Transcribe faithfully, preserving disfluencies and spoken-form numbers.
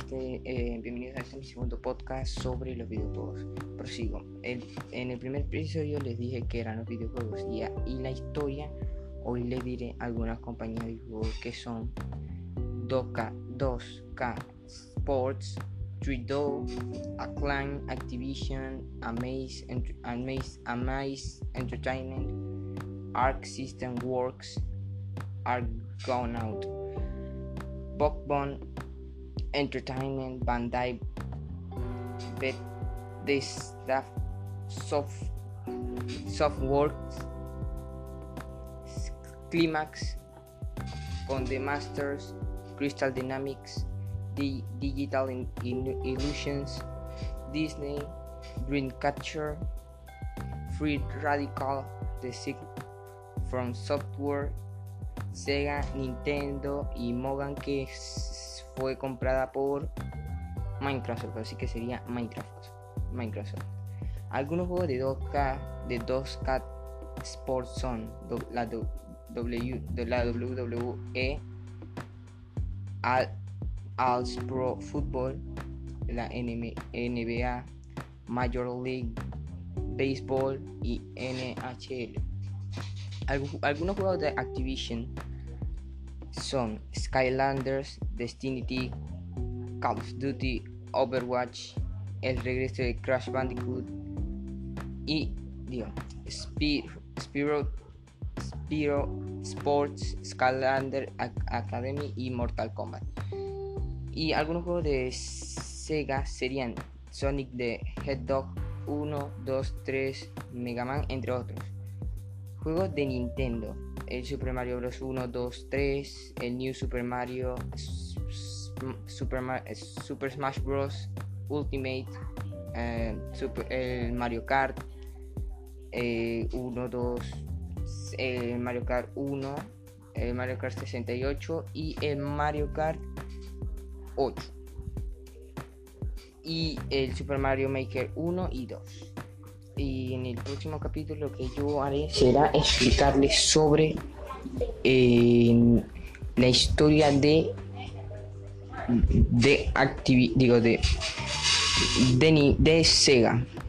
este, eh, bienvenidos a este mi segundo podcast sobre los videojuegos. Prosigo. El, en el primer episodio les dije que eran los videojuegos y, y la historia. Hoy les diré algunas compañías de videojuegos que son dos K Sports, tres D O, Acclaim, Activision, Amaze, Amaze, Amaze Entertainment, Arc System Works, Argonaut, Bokbon Entertainment, Bandai, Bethesda Soft, Softworks, Climax, Codemasters, Crystal Dynamics, D- Digital in- in- Illusions, Disney, Dreamcatcher, Free Radical, The Sig From Software, Sega, Nintendo y Mogan, que fue comprada por Microsoft, así que sería Minecraft. Microsoft. Algunos juegos de dos K de dos K Sports son la, w, de la W W E, All, All Pro Football, la N B A, Major League Baseball y N H L. Algunos juegos de Activision son Skylanders, Destiny, Call of Duty, Overwatch, El Regreso de Crash Bandicoot y digo, Spyro, Spyro, Spyro Sports, Skylander Academy y Mortal Kombat. Y algunos juegos de Sega serían Sonic the Hedgehog uno, dos, tres, Mega Man, entre otros. Juegos de Nintendo: el Super Mario Bros. uno, dos, tres, el New Super Mario, Super, Mar- Super Smash Bros. Ultimate, eh, Super, el Mario Kart eh, uno, dos, el Mario Kart uno, el Mario Kart sesenta y ocho y el Mario Kart ocho, y el Super Mario Maker uno y dos. Y en el próximo capítulo lo que yo haré será explicarles sobre eh, la historia de de Activi- digo de de, de Sega.